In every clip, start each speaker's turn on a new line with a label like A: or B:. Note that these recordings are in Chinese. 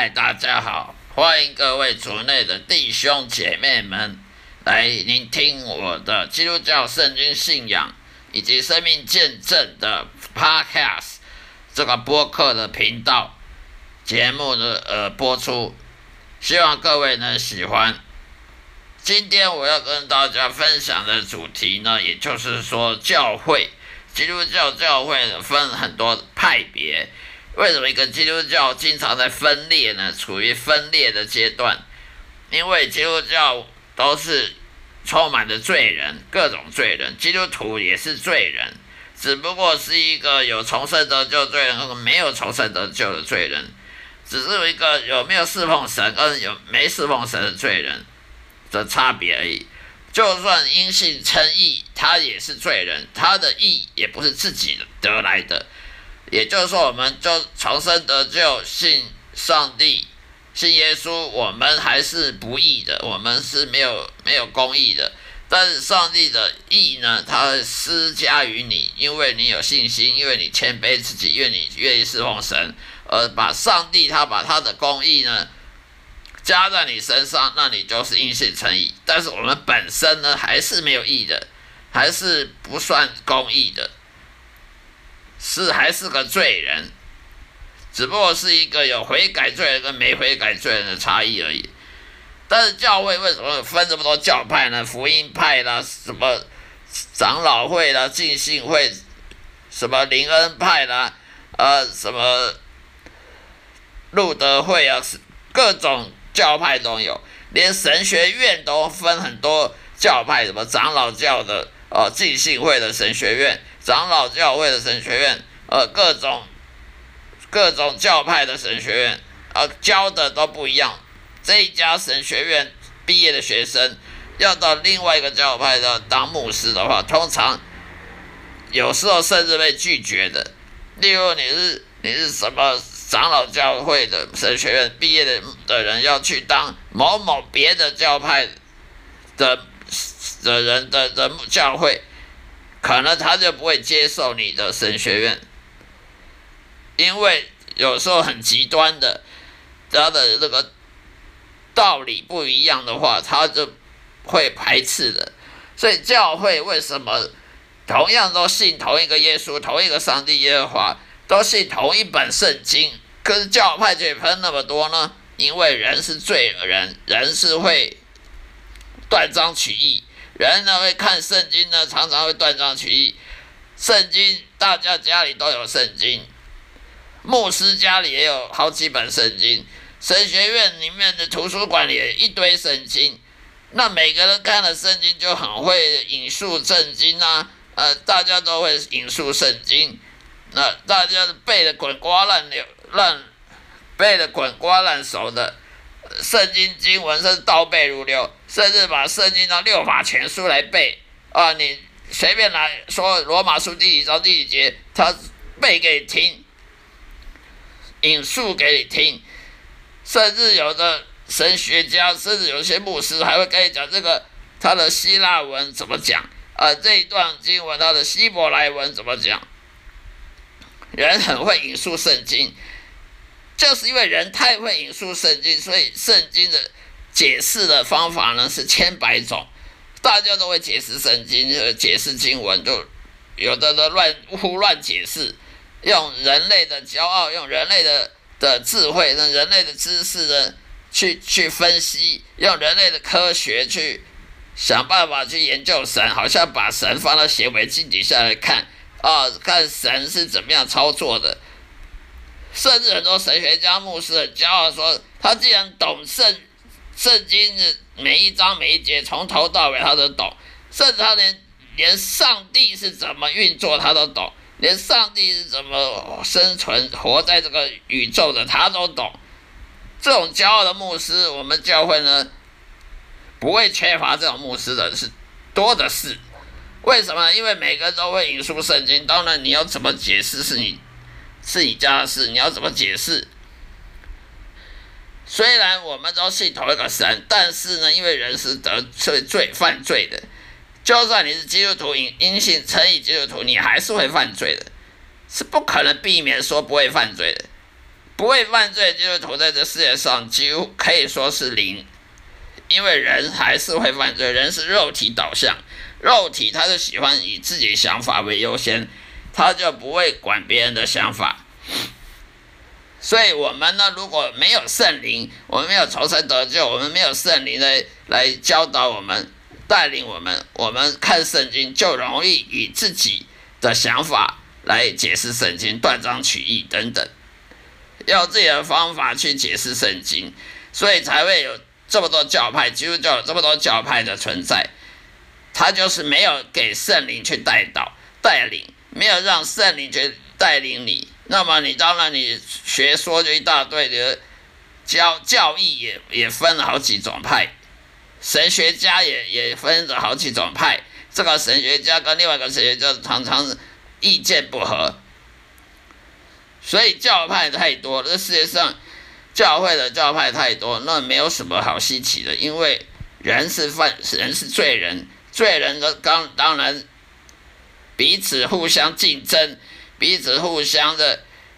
A: 嗨，大家好，欢迎各位族内的弟兄姐妹们来聆听我的基督教圣经信仰以及生命见证的 Podcast 这个播客的频道节目的播出，希望各位能喜欢。今天我要跟大家分享的主题呢，也就是说教会，基督教教会分很多派别。为什么一个基督教经常在分裂呢？处于分裂的阶段，因为基督教都是充满着罪人，各种罪人，基督徒也是罪人，只不过是一个有重生得救罪人和没有重生得救的罪人，只是有一个有没有侍奉神跟有没侍奉神的罪人的差别而已。就算因信称义，他也是罪人，他的义也不是自己得来的。也就是说，我们就重生得救，信上帝，信耶稣，我们还是不义的，我们是没有公义的。但是上帝的义呢，他施加于你，因为你有信心，因为你谦卑自己，因为你愿意侍奉神，而把上帝他把他的公义呢加在你身上，那你就是因信称义。但是我们本身呢，还是没有义的，还是不算公义的。还是个罪人，只不过是一个有悔改罪人跟没悔改罪人的差异而已。但是教会为什么分这么多教派呢？福音派啦，什么长老会啦，浸信会，什么灵恩派啦，什么路德会啊，各种教派都有，连神学院都分很多教派，什么长老教的浸信会的神学院。长老教会的神学院，各种教派的神学院，教的都不一样。这一家神学院毕业的学生，要到另外一个教派的当牧师的话，通常有时候甚至被拒绝的。例如你是什么长老教会的神学院毕业的人，要去当某某别的教派的人的教会。可能他就不会接受你的神学院，因为有时候很极端的，他的那个道理不一样的话，他就会排斥的。所以教会为什么同样都信同一个耶稣，同一个上帝耶和华，都信同一本圣经，可是教派却分那么多呢？因为人是罪人，人是会断章取义。人呢会看圣经呢，常常会断章取义。圣经大家家里都有圣经，牧师家里也有好几本圣经，神学院里面的图书馆里也一堆圣经。那每个人看了圣经就很会引述圣经啊，大家都会引述圣经，那大家背得滚瓜烂熟的。圣经经文是倒背如流，甚至把圣经的六法全书来背啊！你随便来说罗马书第几章第几节，他背给你听，引述给你听。甚至有的神学家，甚至有些牧师还会跟你讲这个他的希腊文怎么讲这一段经文他的希伯来文怎么讲。人很会引述圣经。就是因为人太会引述圣经，所以圣经的解释的方法呢是千百种，大家都会解释圣经，解释经文，就有的胡乱解释，用人类的骄傲，用人类的智慧，用人类的知识呢去分析，用人类的科学去想办法去研究神，好像把神放到显微镜底下来看看神是怎么样操作的。甚至很多神学家、牧师很骄傲说，他既然懂圣经的每一章每一节，从头到尾他都懂，甚至他连上帝是怎么运作他都懂，连上帝是怎么生存活在这个宇宙的他都懂。这种骄傲的牧师，我们教会呢不会缺乏这种牧师的，是多的是。为什么？因为每个人都会引述圣经，当然你要怎么解释是你家的事，你要怎么解释？虽然我们都信同一个神，但是呢，因为人是犯罪的，就算你是基督徒，因信称义基督徒，你还是会犯罪的，是不可能避免说不会犯罪的。 不会犯罪的基督徒在这世界上几乎可以说是零，因为人还是会犯罪，人是肉体导向，肉体他是喜欢以自己想法为优先，他就不会管别人的想法。所以我们呢，如果没有圣灵，我们没有重生得救，我们没有圣灵来教导我们、带领我们，我们看圣经就容易以自己的想法来解释圣经，断章取义等等，用自己的方法去解释圣经，所以才会有这么多教派，基督教有这么多教派的存在。他就是没有给圣灵去带领，没有让圣灵去带领你。那么你当然你学说就一大堆的教义也分了好几种派，神学家也分了好几种派，这个神学家跟另外一个神学家常常意见不合，所以教派太多，这世界上教会的教派太多，那没有什么好稀奇的，因为人是罪人，罪人的当然彼此互相竞争，彼此互相的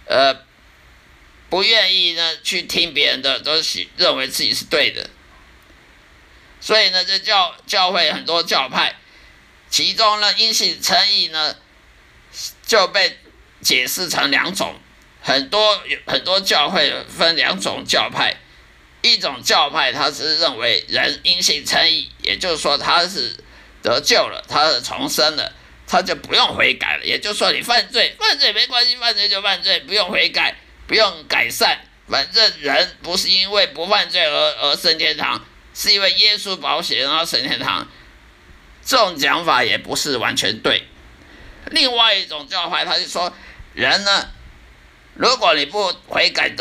A: 不愿意呢去听别人的，都认为自己是对的。所以呢，这教会很多教派，其中呢因信称义呢就被解释成两种，很多教会分两种教派，一种教派他是认为人因信称义，也就是说他是得救了，他是重生了，他就不用悔改了，也就是说你犯罪没关系，犯罪就犯罪，不用悔改，不用改善，反正人不是因为不犯罪而升天堂，是因为耶稣宝血然后升天堂。这种讲法也不是完全对。另外一种教派他就说，人呢，如果你不悔改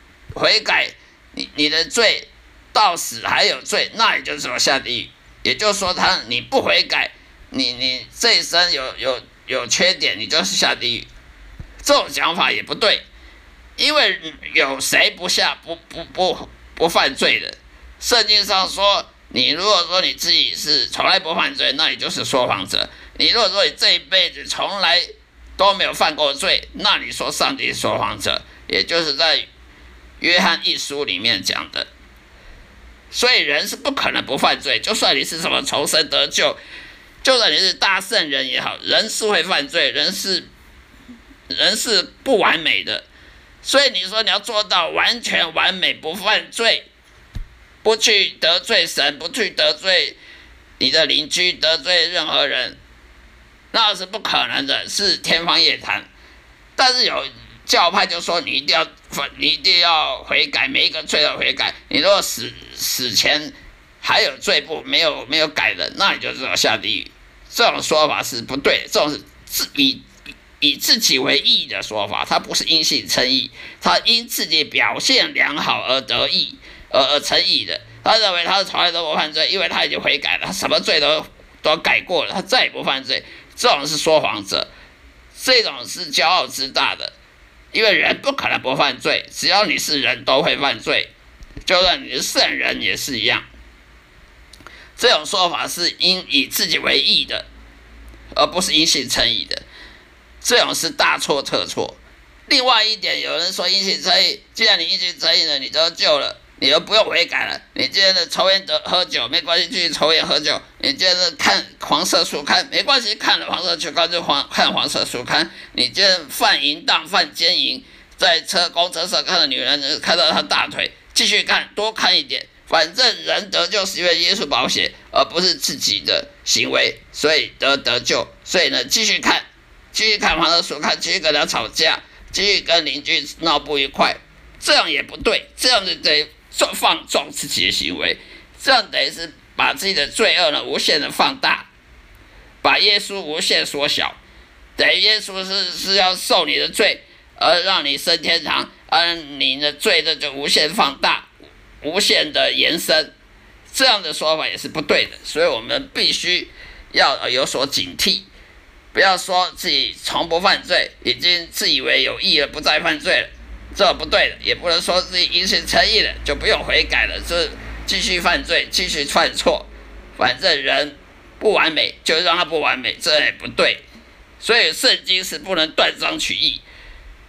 A: 你的罪到死还有罪，那你就是要下地狱。也就是说你不悔改，你这一生有缺点，你就是下地狱。这种讲法也不对，因为有谁不犯罪的？圣经上说，你如果说你自己是从来不犯罪，那你就是说谎者。你如果说你这一辈子从来都没有犯过罪，那你说上帝是说谎者，也就是在约翰一书里面讲的。所以人是不可能不犯罪，就算你是什么重生得救，就算你是大圣人也好，人是会犯罪，人是不完美的。所以你说你要做到完全完美，不犯罪，不去得罪神，不去得罪你的邻居，得罪任何人，那是不可能的，是天方夜谭。但是有教派就说你一定要悔改，每一个罪都悔改。你如果死前还有罪没有改的，那你就是要下地狱。这种说法是不对，这种是以自己为义的说法，他不是因信称义，他因自己表现良好而得义而称义的。他认为他从来都不犯罪，因为他已经悔改了，他什么罪都改过了，他再也不犯罪。这种是说谎者，这种是骄傲自大的。因为人不可能不犯罪，只要你是人都会犯罪，就算你是圣人也是一样。这种说法是以自己为义的，而不是因信称义的，这种是大错特错。另外一点，有人说因信称义，既然你因信称义了，你得救了，你就不用悔改了。你今天的抽烟喝酒没关系，继续抽烟喝酒。你今天的看黄色书刊没关系，看了黄色书刊就看黄色书刊。你今天犯淫荡、犯奸淫，在公车上看到女人，看到她大腿，继续看，多看一点。反正人得救是因为耶稣宝血，而不是自己的行为，所以得救。所以呢，继续看黄色书刊，继续跟他吵架，继续跟邻居闹不愉快，这样也不对，这样子得放纵自己的行为，这样等于是把自己的罪恶呢无限的放大，把耶稣无限缩小，等于耶稣是要受你的罪，而让你升天堂，而你的罪呢就无限放大，无限的延伸，这样的说法也是不对的。所以我们必须要有所警惕，不要说自己从不犯罪，已经自以为有义了，不再犯罪了，这不对的。也不能说自己因信称义了就不用悔改了，这继续犯罪，继续犯错，反正人不完美就让他不完美，这也不对。所以圣经是不能断章取义，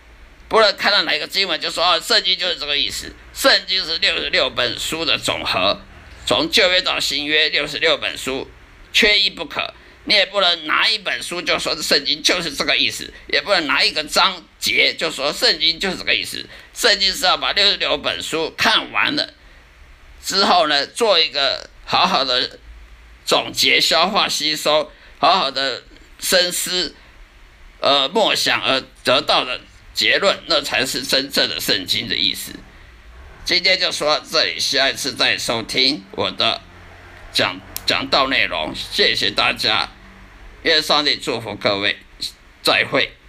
A: 不能看到哪个经文就说圣经就是这个意思。圣经是66本书的总和，从旧约到新约66本书，缺一不可。你也不能拿一本书就说圣经就是这个意思，也不能拿一个章节就说圣经就是这个意思。圣经是要把66本书看完了之后呢，做一个好好的总结、消化、吸收，好好的深思，默想而得到的结论，那才是真正的圣经的意思。今天就说到这里，下一次再收听我的讲道内容，谢谢大家，愿上帝祝福各位，再会。